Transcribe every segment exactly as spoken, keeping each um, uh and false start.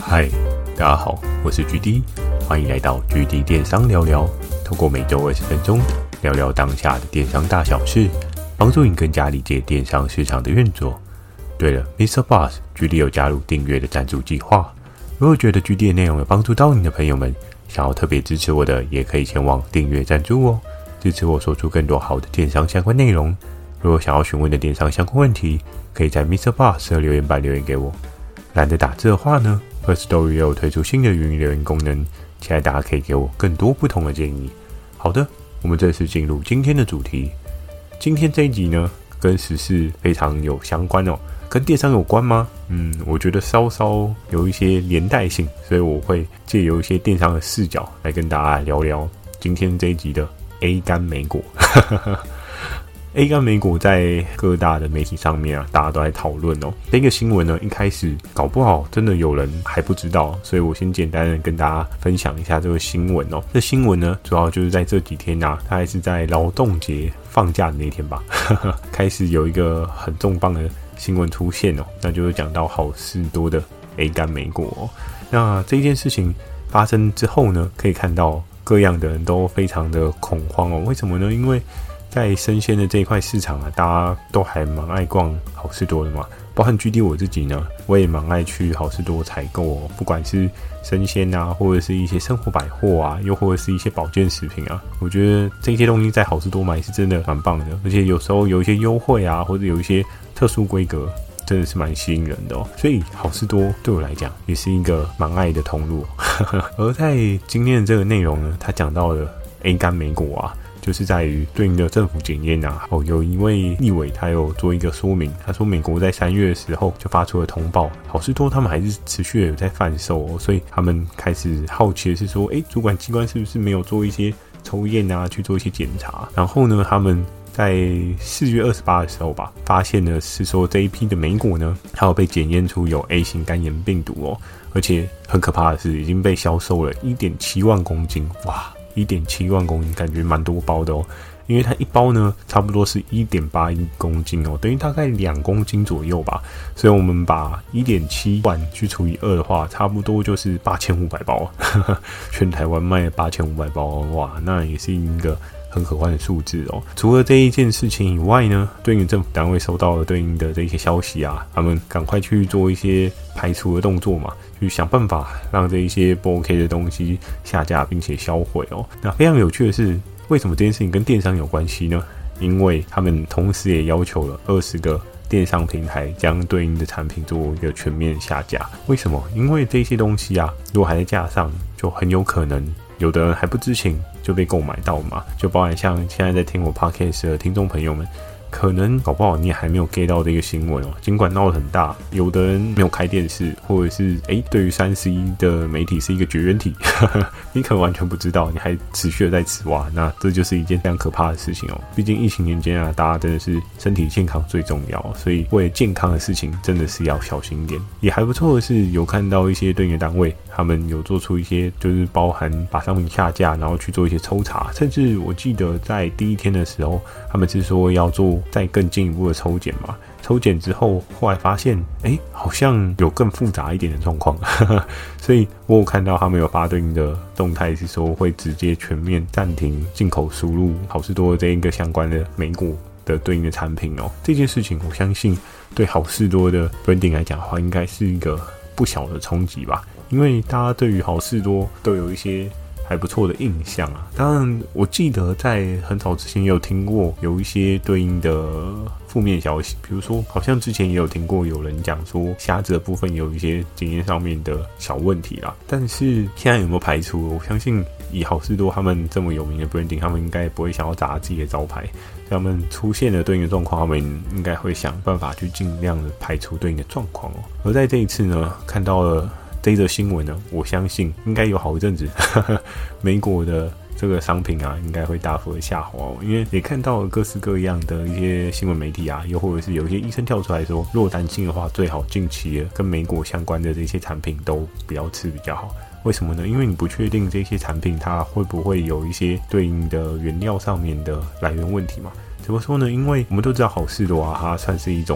嗨，大家好，我是 G D， 欢迎来到 G D 电商聊聊，透过每周二十分钟聊聊当下的电商大小事，帮助你更加理解电商市场的运作。对了 ，Mister Boss，G D 有加入订阅的赞助计划，如果觉得 G D 的内容有帮助到你的朋友们，想要特别支持我的，也可以前往订阅赞助哦，支持我说出更多好的电商相关内容。如果想要询问的电商相关问题，可以在 Mister Boss 的留言板留言给我。懒得打字的话呢 ，Firstory 也有推出新的语音留言功能，期待大家可以给我更多不同的建议。好的，我们正式进入今天的主题。今天这一集呢，跟时事非常有相关哦。跟电商有关吗？嗯，我觉得稍稍有一些连带性，所以我会借由一些电商的视角来跟大家聊聊今天这一集的 A 甘莓果。A 甘莓果在各大的媒体上面啊，大家都在讨论哦。这个新闻呢，一开始搞不好真的有人还不知道，所以我先简单的跟大家分享一下这个新闻哦。这新闻呢，主要就是在这几天啊，大概是在劳动节放假的那天吧，开始有一个很重磅的新闻出现哦，那就是讲到好事多的 A 甘莓果哦。那这件事情发生之后呢，可以看到各样的人都非常的恐慌哦。为什么呢？因为在生鲜的这一块市场啊，大家都还蛮爱逛好事多的嘛，包含 G D 我自己呢，我也蛮爱去好事多采购哦，不管是生鲜啊，或者是一些生活百货啊，又或者是一些保健食品啊，我觉得这些东西在好事多买是真的蛮棒的，而且有时候有一些优惠啊，或者有一些特殊规格，真的是蛮吸引人的哦。所以好事多对我来讲也是一个蛮爱的通路。而在今天的这个内容呢，他讲到了 A 甘莓果啊，就是在于对应的政府检验啊，哦，有一位立委他有做一个说明，他说美国在三月的时候就发出了通报，好事多他们还是持续的有在贩售哦，所以他们开始好奇的是说，诶，主管机关是不是没有做一些抽验啊，去做一些检查？然后呢，他们在四月二十八的时候吧，发现的是说这一批的莓果呢，它有被检验出有 A 型肝炎病毒哦，而且很可怕的是已经被销售了 一点七万公斤，哇！一点七万公斤，感觉蛮多包的哦，因为它一包呢，差不多是 一点八一公斤哦，等于大概两公斤左右吧，所以我们把 一点七万去除以二的话，差不多就是八千五百包，全台湾卖了八千五百包，哇，那也是一个很可观的数字哦。除了这一件事情以外呢，对应的政府单位收到了对应的这些消息啊，他们赶快去做一些排除的动作嘛，去想办法让这一些不 OK 的东西下架并且销毁哦。那非常有趣的是，为什么这件事情跟电商有关系呢？因为他们同时也要求了二十个电商平台将对应的产品做一个全面下架。为什么？因为这些东西啊，如果还在架上，就很有可能有的人还不知情就被购买到嘛，就包含像现在在听我 podcast 的听众朋友们，可能搞不好你也还没有 get 到这个新闻哦。尽管闹得很大，有的人没有开电视，或者是诶对于 三 C 的媒体是一个绝缘体，你可能完全不知道，你还持续的在吃哇，那这就是一件非常可怕的事情哦。毕竟疫情年间啊，大家真的是身体健康最重要，所以为了健康的事情真的是要小心一点。也还不错的是，有看到一些对应的单位，他们有做出一些就是包含把商品下架，然后去做一些抽查，甚至我记得在第一天的时候，他们是说要做再更进一步的抽检嘛，抽检之后后来发现诶好像有更复杂一点的状况，所以我有看到他们有发对应的动态，是说会直接全面暂停进口输入好事多这一个相关的莓果的对应的产品哦。这件事情我相信对好事多的 branding 来讲的话，应该是一个不小的冲击吧，因为大家对于好事多都有一些还不错的印象啊。当然我记得在很早之前也有听过有一些对应的负面消息，比如说好像之前也有听过有人讲说虾子的部分有一些检验上面的小问题啦，但是现在有没有排除，我相信以好事多他们这么有名的 branding， 他们应该不会想要砸自己的招牌，他们出现了对应的状况，他们应该会想办法去尽量的排除对应的状况哦。而在这一次呢，看到了这一则新闻呢，我相信应该有好一阵子莓果的这个商品啊，应该会大幅的下滑哦，因为也看到了各式各样的一些新闻媒体啊，又或者是有一些医生跳出来说，如果担心的话，最好近期跟莓果相关的这些产品都不要吃比较好。为什么呢？因为你不确定这些产品它会不会有一些对应的原料上面的来源问题嘛。怎么说呢？因为我们都知道好事多啊，它算是一种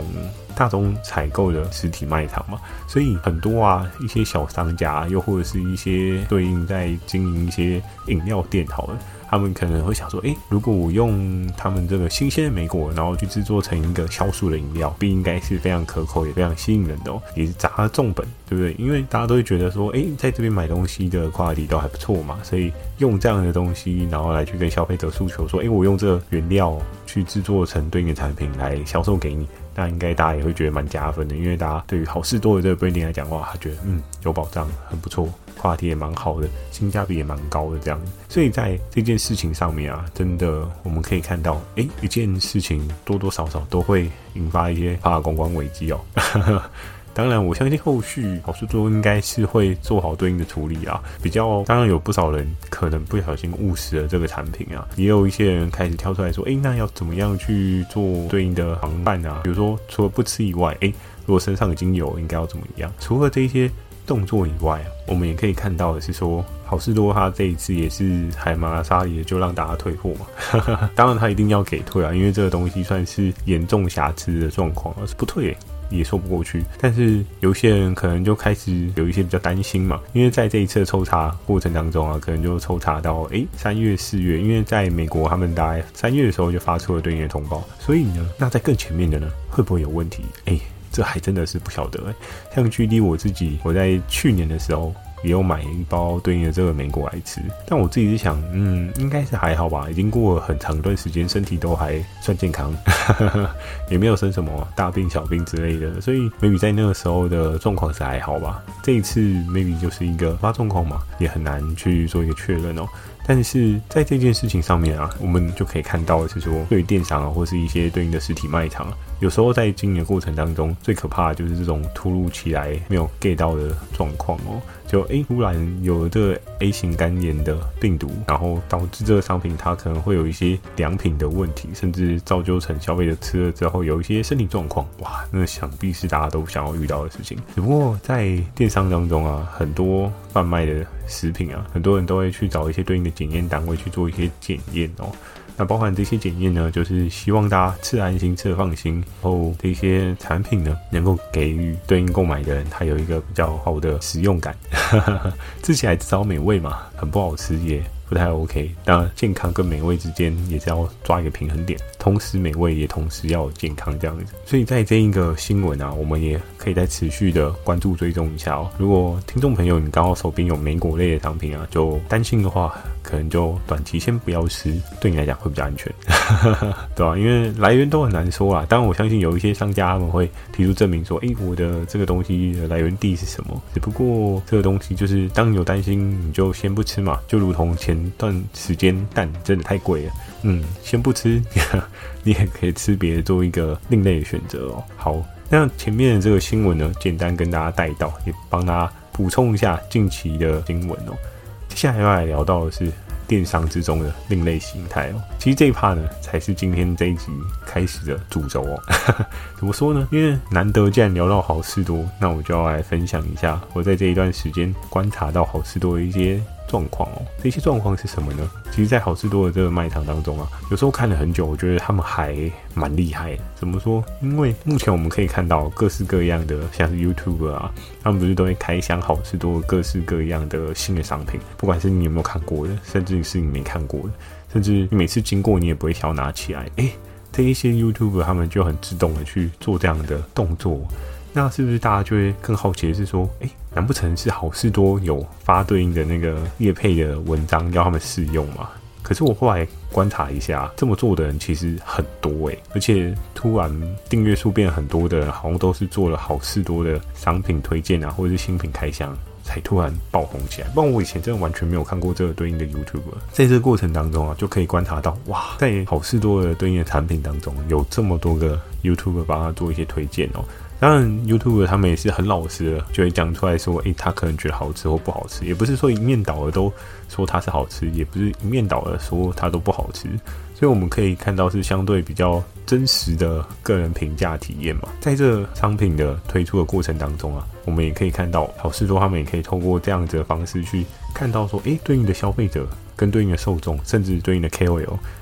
大宗采购的实体卖场嘛，所以很多啊一些小商家，又或者是一些对应在经营一些饮料店好了，他们可能会想说，诶，如果我用他们这个新鲜的莓果，然后去制作成一个消暑的饮料，必应该是非常可口也非常吸引人的哦，也是砸了重本，对不对？因为大家都会觉得说，诶，在这边买东西的 quality 都还不错嘛，所以用这样的东西，然后来去跟消费者诉求说，诶，我用这个原料去制作成对应的产品来销售给你，那应该大家也会觉得蛮加分的，因为大家对于好事多的这个 branding 来讲，哇，他觉得嗯有保障，很不错。quality 也蛮好的，性价比也蛮高的这样，所以在这件事情上面啊，真的我们可以看到，诶，一件事情多多少少都会引发一些怕公关危机哦。当然，我相信后续好事多应该是会做好对应的处理啊。比较，当然有不少人可能不小心误食了这个产品啊，也有一些人开始跳出来说，诶，那要怎么样去做对应的防范啊？比如说，除了不吃以外，诶，如果身上已经有，应该要怎么样？除了这些动作以外，我们也可以看到的是说，好事多他这一次也是还蛮阿莎里就让大家退货嘛。当然他一定要给退啊，因为这个东西算是严重瑕疵的状况，而是不退也说不过去。但是有些人可能就开始有一些比较担心嘛，因为在这一次的抽查过程当中啊，可能就抽查到诶三月四月，因为在美国他们大概三月的时候就发出了对应的通报，所以呢，那在更前面的呢，会不会有问题？诶这还真的是不晓得欸。像 G D 我自己，我在去年的时候也有买一包对应的这个莓果来吃，但我自己是想，嗯，应该是还好吧，已经过了很长一段时间，身体都还算健康，也没有生什么大病小病之类的，所以 maybe 在那个时候的状况是还好吧。这一次 maybe 就是一个发状况嘛，也很难去做一个确认哦。但是在这件事情上面啊，我们就可以看到的是说，对于电商啊，或是一些对应的实体卖场啊，有时候在经营的过程当中，最可怕的就是这种突如其来没有 get 到的状况哦。就诶突然有了这个 A 型肝炎的病毒，然后导致这个商品它可能会有一些良品的问题，甚至造就成消费者吃了之后有一些身体状况，哇，那想必是大家都想要遇到的事情。只不过在电商当中啊，很多贩卖的食品啊，很多人都会去找一些对应的检验单位去做一些检验哦。那包含这些检验呢，就是希望大家吃得安心，吃得放心，然后这些产品呢，能够给予对应购买的人，他有一个比较好的使用感，吃起来至少美味嘛，很不好吃也不太 OK。当然，健康跟美味之间也是要抓一个平衡点，同时美味也同时要有健康这样子。所以在这一个新闻啊，我们也可以再持续的关注追踪一下哦。如果听众朋友你刚好手边有莓果类的商品啊，就担心的话，可能就短期先不要吃，对你来讲会比较安全，对吧、啊？因为来源都很难说啊。当然，我相信有一些商家他们会提出证明说，诶，我的这个东西的来源地是什么？只不过这个东西就是当你有担心，你就先不吃嘛。就如同前段时间蛋真的太贵了，嗯，先不吃，你也可以吃别的，做一个另类的选择哦。好，那前面的这个新闻呢，简单跟大家带到，也帮大家补充一下近期的新闻哦。接下来要来聊到的是电商之中的另类形态哦。其实这一 part 呢，才是今天这一集开始的主轴哦。怎么说呢？因为难得既然聊到好事多，那我就要来分享一下我在这一段时间观察到好事多的一些状况哦。这些状况是什么呢？其实在好事多的这个卖场当中啊，有时候看了很久，我觉得他们还蛮厉害的。怎么说？因为目前我们可以看到各式各样的，像是 YouTuber 啊，他们不是都会开箱好事多各式各样的新的商品，不管是你有没有看过的，甚至是你没看过的，甚至你每次经过你也不会想要拿起来。诶，这一些 YouTuber 他们就很自动的去做这样的动作。那是不是大家就会更好奇的是说，诶，难不成是好事多有发对应的那个业配的文章要他们试用吗？可是我后来观察一下，这么做的人其实很多诶，而且突然订阅数变很多的人，好像都是做了好事多的商品推荐啊，或者是新品开箱，才突然爆红起来。不然我以前真的完全没有看过这个对应的 YouTuber。在这个过程当中啊，就可以观察到，哇，在好事多的对应的产品当中，有这么多个 YouTuber 帮他做一些推荐哦。当然 YouTuber 他们也是很老实的，就会讲出来说，诶，他可能觉得好吃或不好吃，也不是说一面倒的都说它是好吃，也不是一面倒的说它都不好吃。所以我们可以看到是相对比较真实的个人评价体验嘛。在这商品的推出的过程当中啊，我们也可以看到好事多他们也可以透过这样子的方式去看到说，诶，对应的消费者跟对应的受众，甚至对应的 K O L，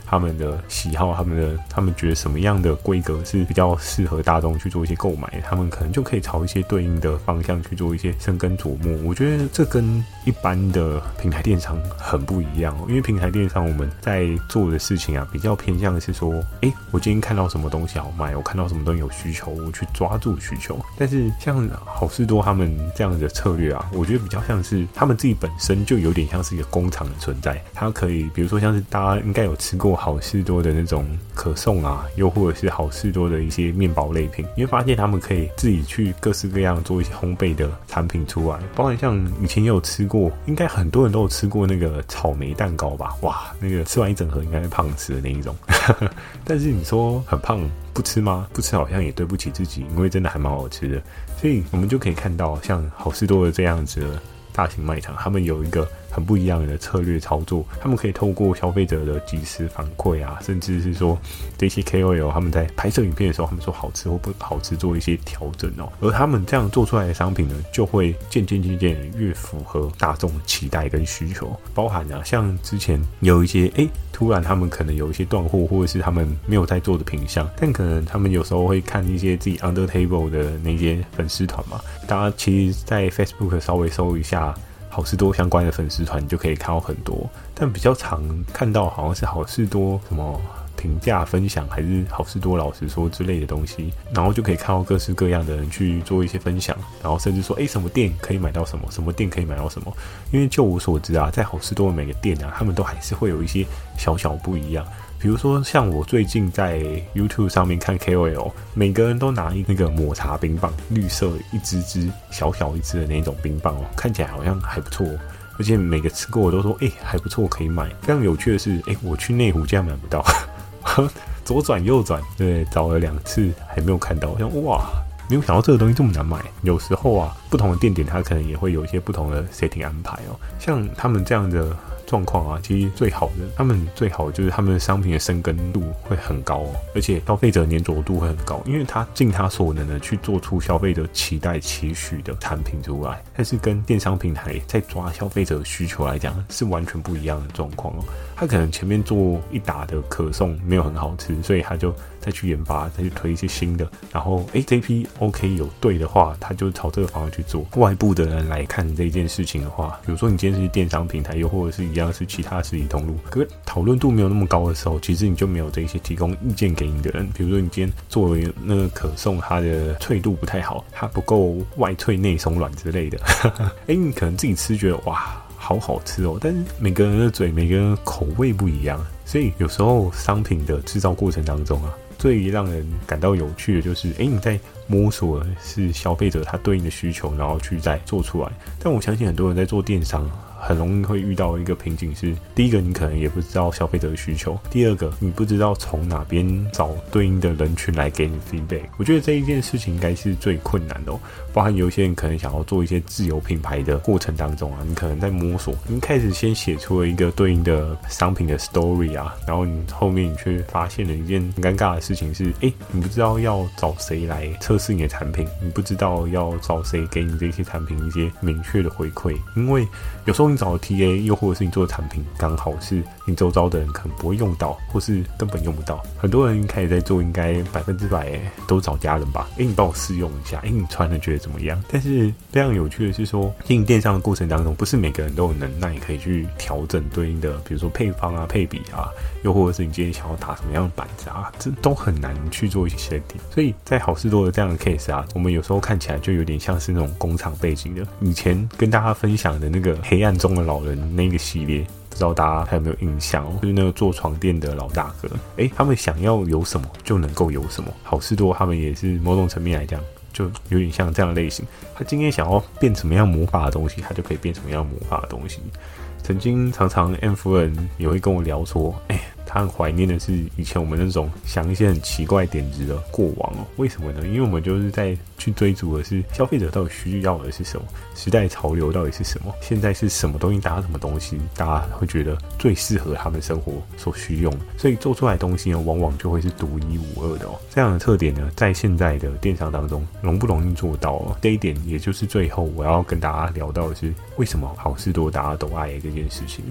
他们的喜好，他们的他们觉得什么样的规格是比较适合大众去做一些购买，他们可能就可以朝一些对应的方向去做一些深耕琢磨。我觉得这跟一般的平台电商很不一样哦，因为平台电商我们在做的事情啊，比较偏向的是说，哎，我今天看到什么东西好卖，我看到什么东西有需求，我去抓住需求。但是像好事多他们这样的策略啊，我觉得比较像是他们自己本身就有点像是一个工厂的存在，它可以比如说像是大家应该有吃过好事多的那种可颂啊，又或者是好事多的一些面包类品，你会发现他们可以自己去各式各样做一些烘焙的产品出来，包含像以前也有吃过，应该很多人都有吃过那个草莓蛋糕吧，哇，那个吃完一整盒应该是胖死的那一种但是你说很胖不吃吗？不吃好像也对不起自己，因为真的还蛮好吃的。所以我们就可以看到像好事多的这样子的大型卖场，他们有一个很不一样的策略操作，他们可以透过消费者的即时反馈啊，甚至是说这些 K O L 他们在拍摄影片的时候，他们说好吃或不好吃做一些调整哦，而他们这样做出来的商品呢，就会渐渐渐渐越符合大众的期待跟需求。包含啊，像之前有一些哎，突然他们可能有一些断货，或者是他们没有在做的品项，但可能他们有时候会看一些自己 under table 的那些粉丝团嘛，大家其实在 Facebook 稍微搜一下好事多相关的粉丝团，你就可以看到很多，但比较常看到好像是好事多什么评价分享，还是好事多老实说之类的东西，然后就可以看到各式各样的人去做一些分享，然后甚至说哎，什么店可以买到什么，什么店可以买到什么。因为就我所知啊，在好事多的每个店啊，他们都还是会有一些小小不一样。比如说像我最近在 YouTube 上面看 K O L， 每个人都拿一那个抹茶冰棒，绿色一支支小小一支的那种冰棒哦，看起来好像还不错，而且每个吃过我都说哎、欸、还不错可以买。非常有趣的是哎、欸、我去内湖竟然买不到左转右转，对，找了两次还没有看到，我想哇没有想到这个东西这么难买。有时候啊不同的店点它可能也会有一些不同的 setting 安排哦，像他们这样的状况啊，其实最好的，他们最好就是他们的商品的深耕度会很高哦，而且消费者粘着度会很高，因为他尽他所能的去做出消费者期待期许的产品出来，但是跟电商平台在抓消费者的需求来讲是完全不一样的状况哦。他可能前面做一打的可颂没有很好吃，所以他就再去研发，再去推一些新的，然后诶这批 OK 有对的话，他就朝这个方向去做。外部的人来看这件事情的话，比如说你今天是电商平台，又或者是一样是其他实体通路，可是讨论度没有那么高的时候，其实你就没有这些提供意见给你的人。比如说你今天做的那个可颂，它的脆度不太好，它不够外脆内松软之类的诶你可能自己吃觉得哇好好吃哦，但是每个人的嘴每个人的口味不一样，所以有时候商品的制造过程当中啊，最让人感到有趣的就是诶你在摸索的是消费者他对应的需求，然后去再做出来。但我相信很多人在做电商很容易会遇到一个瓶颈是，第一个你可能也不知道消费者的需求，第二个你不知道从哪边找对应的人群来给你 feedback。 我觉得这一件事情应该是最困难的哦，包含有一些人可能想要做一些自有品牌的过程当中啊，你可能在摸索，你开始先写出了一个对应的商品的 story 啊，然后你后面你却发现了一件很尴尬的事情是，诶你不知道要找谁来测试你的产品，你不知道要找谁给你这些产品一些明确的回馈，因为有时候你找的 T A 又或者是你做的产品刚好是你周遭的人可能不会用到，或是根本用不到。很多人一开始在做应该百分之百都找家人吧，诶你帮我试用一下，诶你穿了觉得怎么样。但是非常有趣的是说，经营电商的过程当中，不是每个人都有能耐可以去调整对应的比如说配方啊配比啊，又或者是你今天想要打什么样的板子啊，这都很难去做一些设定。所以在好事多的这样的 case 啊，我们有时候看起来就有点像是那种工厂背景的。以前跟大家分享的那个黑暗中的老人那个系列，不知道大家还有没有印象哦？就是那个做床垫的老大哥，诶他们想要有什么就能够有什么。好事多他们也是某种层面来讲就有点像这样的类型，他今天想要变什么样魔法的东西，他就可以变什么样魔法的东西。曾经常常 M 夫人也会跟我聊说，哎，他很怀念的是以前我们那种想一些很奇怪点子的过往哦。为什么呢？因为我们就是在去追逐的是消费者到底需要的是什么，时代潮流到底是什么，现在是什么东西搭什么东西，大家会觉得最适合他们生活所需用，所以做出来的东西呢，往往就会是独一无二的哦。这样的特点呢，在现在的电商当中容不容易做到哦？这一点也就是最后我要跟大家聊到的是，为什么好事多大家都爱这件事情。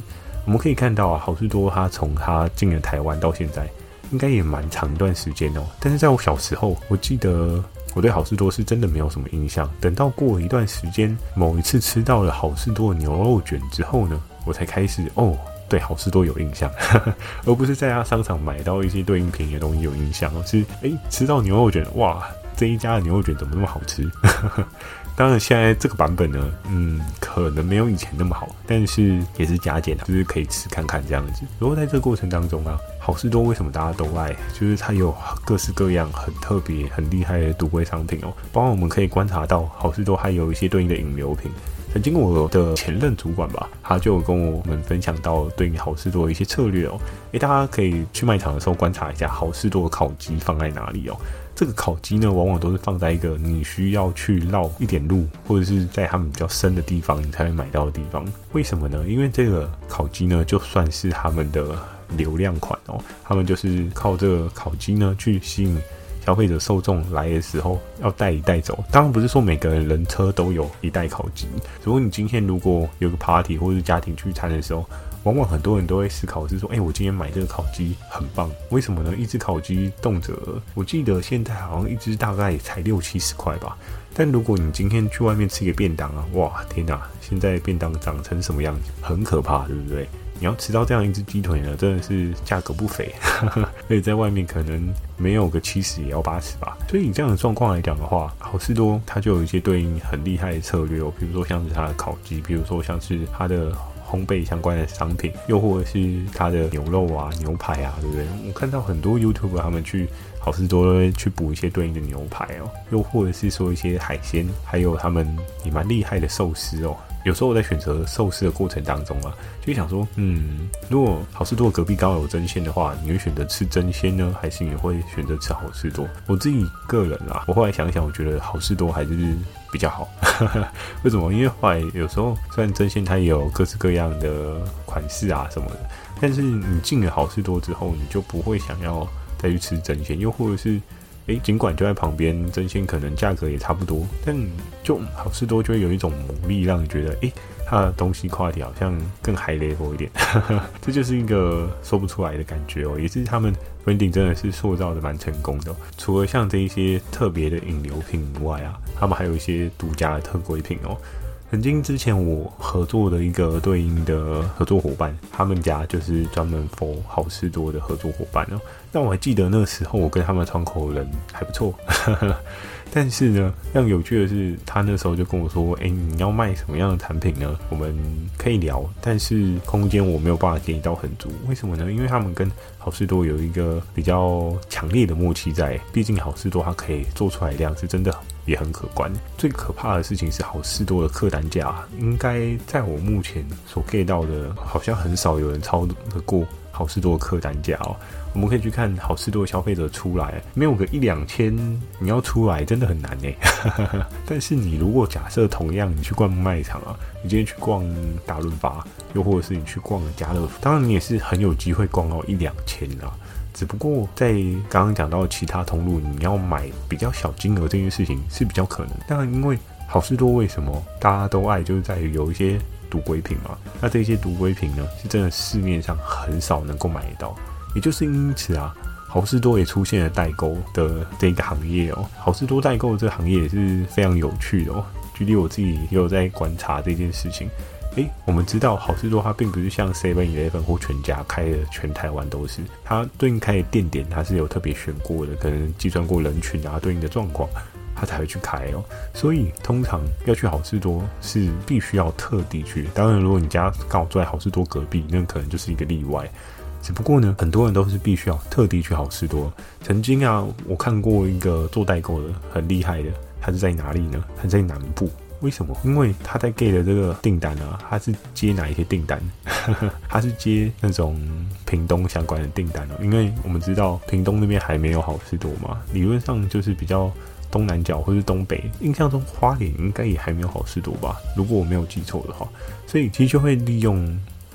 我们可以看到啊，好事多它从它进了台湾到现在，应该也蛮长一段时间哦。但是在我小时候，我记得我对好事多是真的没有什么印象。等到过了一段时间，某一次吃到了好事多的牛肉卷之后呢，我才开始哦，对好事多有印象，而不是在他商场买到一些对应便宜的东西有印象哦。是哎，吃到牛肉卷，哇，这一家的牛肉卷怎么那么好吃？当然，现在这个版本呢，嗯，可能没有以前那么好，但是也是加减啊，就是可以吃看看这样子。不过在这个过程当中啊，好事多为什么大家都爱？就是它有各式各样很特别、很厉害的独柜商品哦。包括我们可以观察到，好事多还有一些对应的饮流品。曾经我的前任主管吧，他就跟我们分享到对应好事多的一些策略哦。诶，大家可以去卖场的时候观察一下好事多的烤鸡放在哪里哦。这个烤鸡呢，往往都是放在一个你需要去绕一点路，或者是在他们比较深的地方，你才会买到的地方。为什么呢？因为这个烤鸡呢，就算是他们的流量款哦，他们就是靠这个烤鸡呢去吸引消费者受众来的时候要带一带走。当然不是说每个人车都有一袋烤鸡，如果你今天如果有个 party 或者是家庭聚餐的时候，往往很多人都会思考是说，哎、欸，我今天买这个烤鸡很棒，为什么呢？一只烤鸡动辄，我记得现在好像一只大概才六七十块吧。但如果你今天去外面吃一个便当啊，哇，天哪！现在便当长成什么样子，很可怕，对不对？你要吃到这样一只鸡腿呢，真的是价格不菲，所以在外面可能没有个七十也要八十吧。所以以这样的状况来讲的话，好事多它就有一些对应很厉害的策略哦，比如说像是它的烤鸡，比如说像是它的烘焙相关的商品，又或者是它的牛肉啊、牛排啊，对不对？我看到很多 YouTuber 他们去好事多会去补一些对应的牛排哦，又或者是说一些海鲜，还有他们也蛮厉害的寿司哦。有时候我在选择寿司的过程当中啊，就想说，嗯，如果好事多隔壁刚好有真鲜的话，你会选择吃真鲜呢，还是你会选择吃好事多？我自己个人啊，我后来想想，我觉得好事多还是比较好。为什么？因为后来有时候虽然真鲜它也有各式各样的款式啊什么的，但是你进了好事多之后，你就不会想要再去吃真鲜，又或者是诶，尽管就在旁边，真鲜可能价格也差不多，但就好事多就会有一种魔力，让你觉得诶，它的东西 quality 好像更 high level 一点，这就是一个说不出来的感觉哦，也是他们 branding 真的是塑造的蛮成功的哦。除了像这一些特别的饮流品以外啊，他们还有一些独家的特规品哦。曾经之前我合作的一个对应的合作伙伴，他们家就是专门 for 好事多的合作伙伴哦。但我还记得那时候我跟他们窗口人还不错，但是呢，非常有趣的是，他那时候就跟我说：“哎、欸，你要卖什么样的产品呢？我们可以聊，但是空间我没有办法给你到很足。为什么呢？因为他们跟好事多有一个比较强烈的默契在，毕竟好事多它可以做出来的量是真的也很可观。最可怕的事情是好事多的客单价，应该在我目前所 get 到的，好像很少有人超得过好事多的客单价哦。我们可以去看好事多的消费者出来，没有个一两千，你要出来真的很难耶。但是你如果假设同样你去逛卖场啊，你今天去逛大润发，又或者是你去逛家乐福，当然你也是很有机会逛到一两千啦。只不过在刚刚讲到其他通路，你要买比较小金额这件事情是比较可能。当然，因为好事多为什么大家都爱，就是在于有一些独规品嘛。那这些独规品呢，是真的市面上很少能够买得到。也就是因此啊，好事多也出现了代购的这个行业哦。好事多代购的这个行业也是非常有趣的哦。举例我自己也有在观察这件事情。诶，我们知道好事多它并不是像 seven eleven 或全家开的全台湾都是，它对应开的店点它是有特别选过的，可能计算过人群啊对应的状况，它才会去开哦。所以通常要去好事多是必须要特地去。当然，如果你家刚好住在好事多隔壁，那可能就是一个例外。只不过呢，很多人都是必须要特地去好事多。曾经啊，我看过一个做代购的很厉害的，他是在哪里呢？他在南部。为什么？因为他在 get 的这个订单啊，他是接哪一些订单？他是接那种屏东相关的订单哦。因为我们知道屏东那边还没有好事多嘛，理论上就是比较东南角或是东北，印象中花莲应该也还没有好事多吧，如果我没有记错的话。所以其实就会利用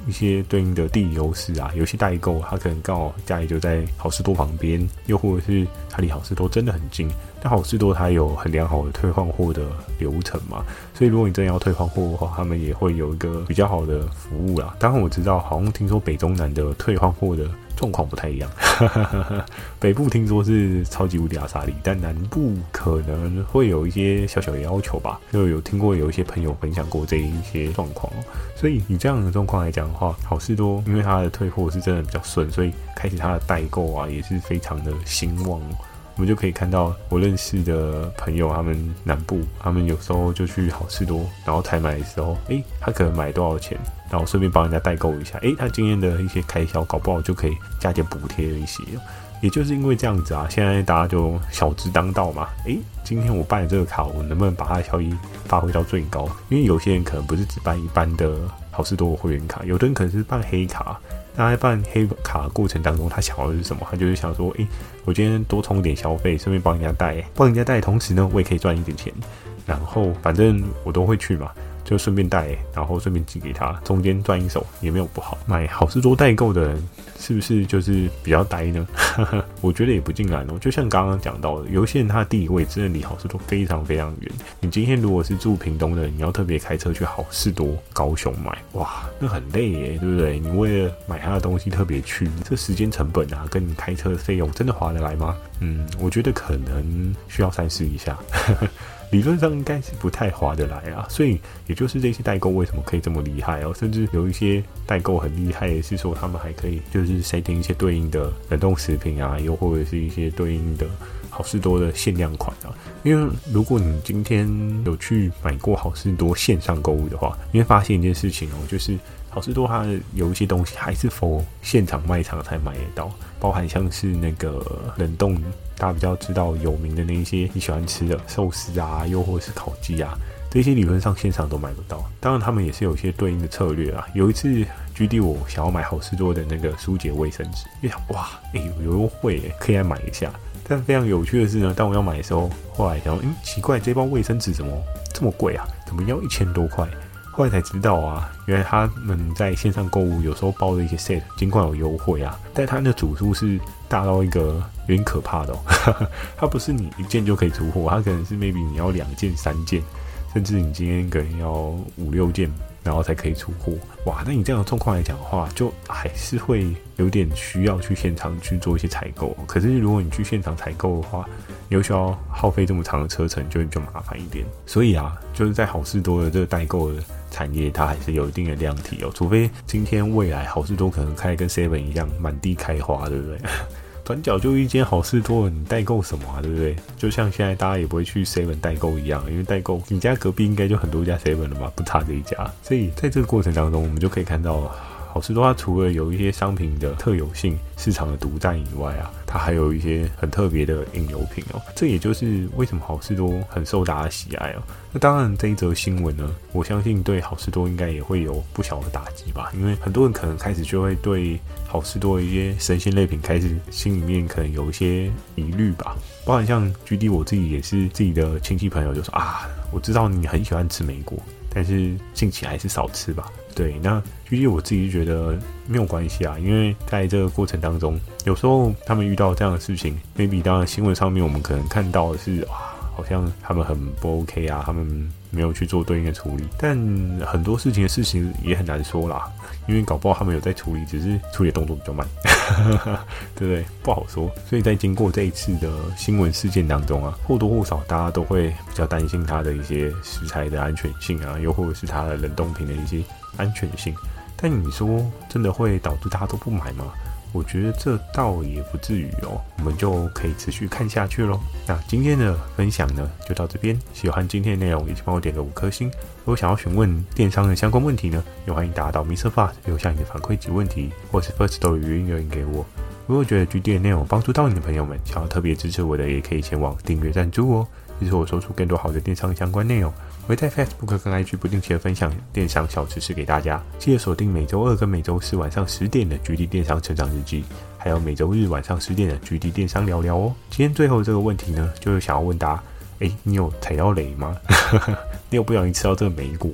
一些对应的地理优势啊，有些代购他可能刚好家里就在好事多旁边，又或者是他离好事多真的很近，但好事多它有很良好的退换货的流程嘛，所以如果你真的要退换货的话，他们也会有一个比较好的服务啦。当然我知道好像听说北中南的退换货的状况不太一样北部听说是超级无敌阿萨里，但南部可能会有一些小小的要求吧，就有听过有一些朋友分享过这一些状况，所以以这样的状况来讲的话，好事多因为它的退货是真的比较顺，所以开始它的代购啊也是非常的兴旺。我们就可以看到我认识的朋友，他们南部，他们有时候就去好事多，然后采买的时候，诶，他可能买多少钱，然后顺便帮人家代购一下，诶，他今天的一些开销搞不好就可以加减补贴了一些。也就是因为这样子啊，现在大家就小知当道嘛，诶，今天我办了这个卡，我能不能把它的效益发挥到最高？因为有些人可能不是只办一般的好事多的会员卡，有的人可能是办黑卡。那在办黑卡的过程当中，他想要的是什么？他就是想说，诶、欸，我今天多充一点消费，顺便帮人家带，帮人家带的同时呢，我也可以赚一点钱。然后反正我都会去嘛，就顺便带，然后顺便寄给他，中间赚一手也没有不好。买好事多代购的人是不是就是比较呆呢？我觉得也不尽然哦。就像刚刚讲到的，有些人他的地理位真的离好事多非常非常远。你今天如果是住屏东的，你要特别开车去好事多高雄买，哇，那很累耶，对不对？你为了买他的东西特别去，这时间成本啊，跟你开车的费用真的划得来吗？嗯，我觉得可能需要三思一下。理论上应该是不太划得来啊，所以也就是这些代购为什么可以这么厉害哦，甚至有一些代购很厉害的是说他们还可以就是塞定一些对应的冷冻食品啊，又或者是一些对应的好事多的限量款啊。因为如果你今天有去买过好事多线上购物的话，你会发现一件事情哦，就是好事多它有一些东西还是否现场卖场才买得到，包含像是那个冷冻，大家比较知道有名的那一些你喜欢吃的寿司啊，又或是烤鸡啊，这些理论上线上都买不到。当然他们也是有一些对应的策略啊。有一次 G D 我想要买好事多的那个舒洁卫生纸，就想哇，哎、欸、有优惠耶，可以来买一下。但非常有趣的是呢，当我要买的时候，后来想，嗯，奇怪，这包卫生纸怎么这么贵啊？怎么要一千多块？后来才知道啊，原来他们在线上购物有时候包的一些 set 尽管有优惠啊，但它的组数是大到一个有点可怕的哦。它不是你一件就可以出货，它可能是 maybe 你要两件、三件，甚至你今天可能要五六件，然后才可以出货。哇，那你这样的状况来讲的话，就还是会有点需要去现场去做一些采购。可是如果你去现场采购的话，你又需要耗费这么长的车程，就就麻烦一点。所以啊，就是在好事多的这个代购的产业，它还是有一定的量体哦。除非今天未来好事多可能开跟 seven 一样满地开花，对不对？转角就一间好事多，你代购什么啊，对不对？就像现在大家也不会去 seven 代购一样，因为代购你家隔壁应该就很多家 seven 了嘛，不差这一家。所以在这个过程当中，我们就可以看到好事多它除了有一些商品的特有性、市场的独占以外啊，它还有一些很特别的引流品哦。这也就是为什么好事多很受大家喜爱哦。那当然，这一则新闻呢，我相信对好事多应该也会有不小的打击吧，因为很多人可能开始就会对好事多的一些生鲜类品开始心里面可能有一些疑虑吧。包含像 G D 我自己也是自己的亲戚朋友就说啊，我知道你很喜欢吃莓果，但是近期还是少吃吧。对，那G D 我自己就觉得没有关系啊，因为在这个过程当中，有时候他们遇到这样的事情 ，maybe 当然新闻上面我们可能看到的是哇，好像他们很不 OK 啊，他们没有去做对应的处理，但很多事情的事情也很难说啦，因为搞不好他们有在处理，只是处理的动作比较慢，对不对？不好说。所以在经过这一次的新闻事件当中啊，或多或少大家都会比较担心它的一些食材的安全性啊，又或者是它的冷冻品的一些安全性。但你说真的会导致大家都不买吗？我觉得这倒也不至于哦，我们就可以持续看下去咯。那今天的分享呢，就到这边。喜欢今天的内容，也请帮我点个五颗星。如果想要询问电商的相关问题呢，也欢迎打到 Mister Fast 留下你的反馈及问题，或是 Firstory 语音留言给我。如果觉得 G D 的内容帮助到你的朋友们，想要特别支持我的，也可以前往订阅赞助哦，支持我说出更多好的电商相关内容。我会在 Facebook 跟 I G 不定期的分享电商小知识给大家，记得锁定每周二跟每周四晚上十点的 G D 电商成长日记，还有每周日晚上十点的 G D 电商聊聊哦。今天最后这个问题呢，就是想要问大家，诶，你有踩到雷吗？你有不小心吃到这个莓果吗？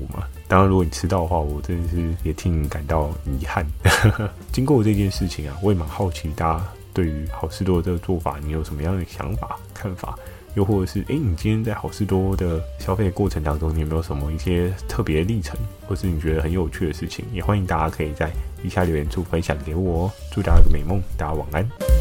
当然如果你吃到的话，我真的是也替你感到遗憾。经过这件事情啊，我也蛮好奇大家对于好事多这个做法你有什么样的想法看法，又或者是诶你今天在好事多的消费过程当中，你有没有什么一些特别的历程，或是你觉得很有趣的事情，也欢迎大家可以在以下留言处分享给我哦。祝大家有个美梦，大家晚安。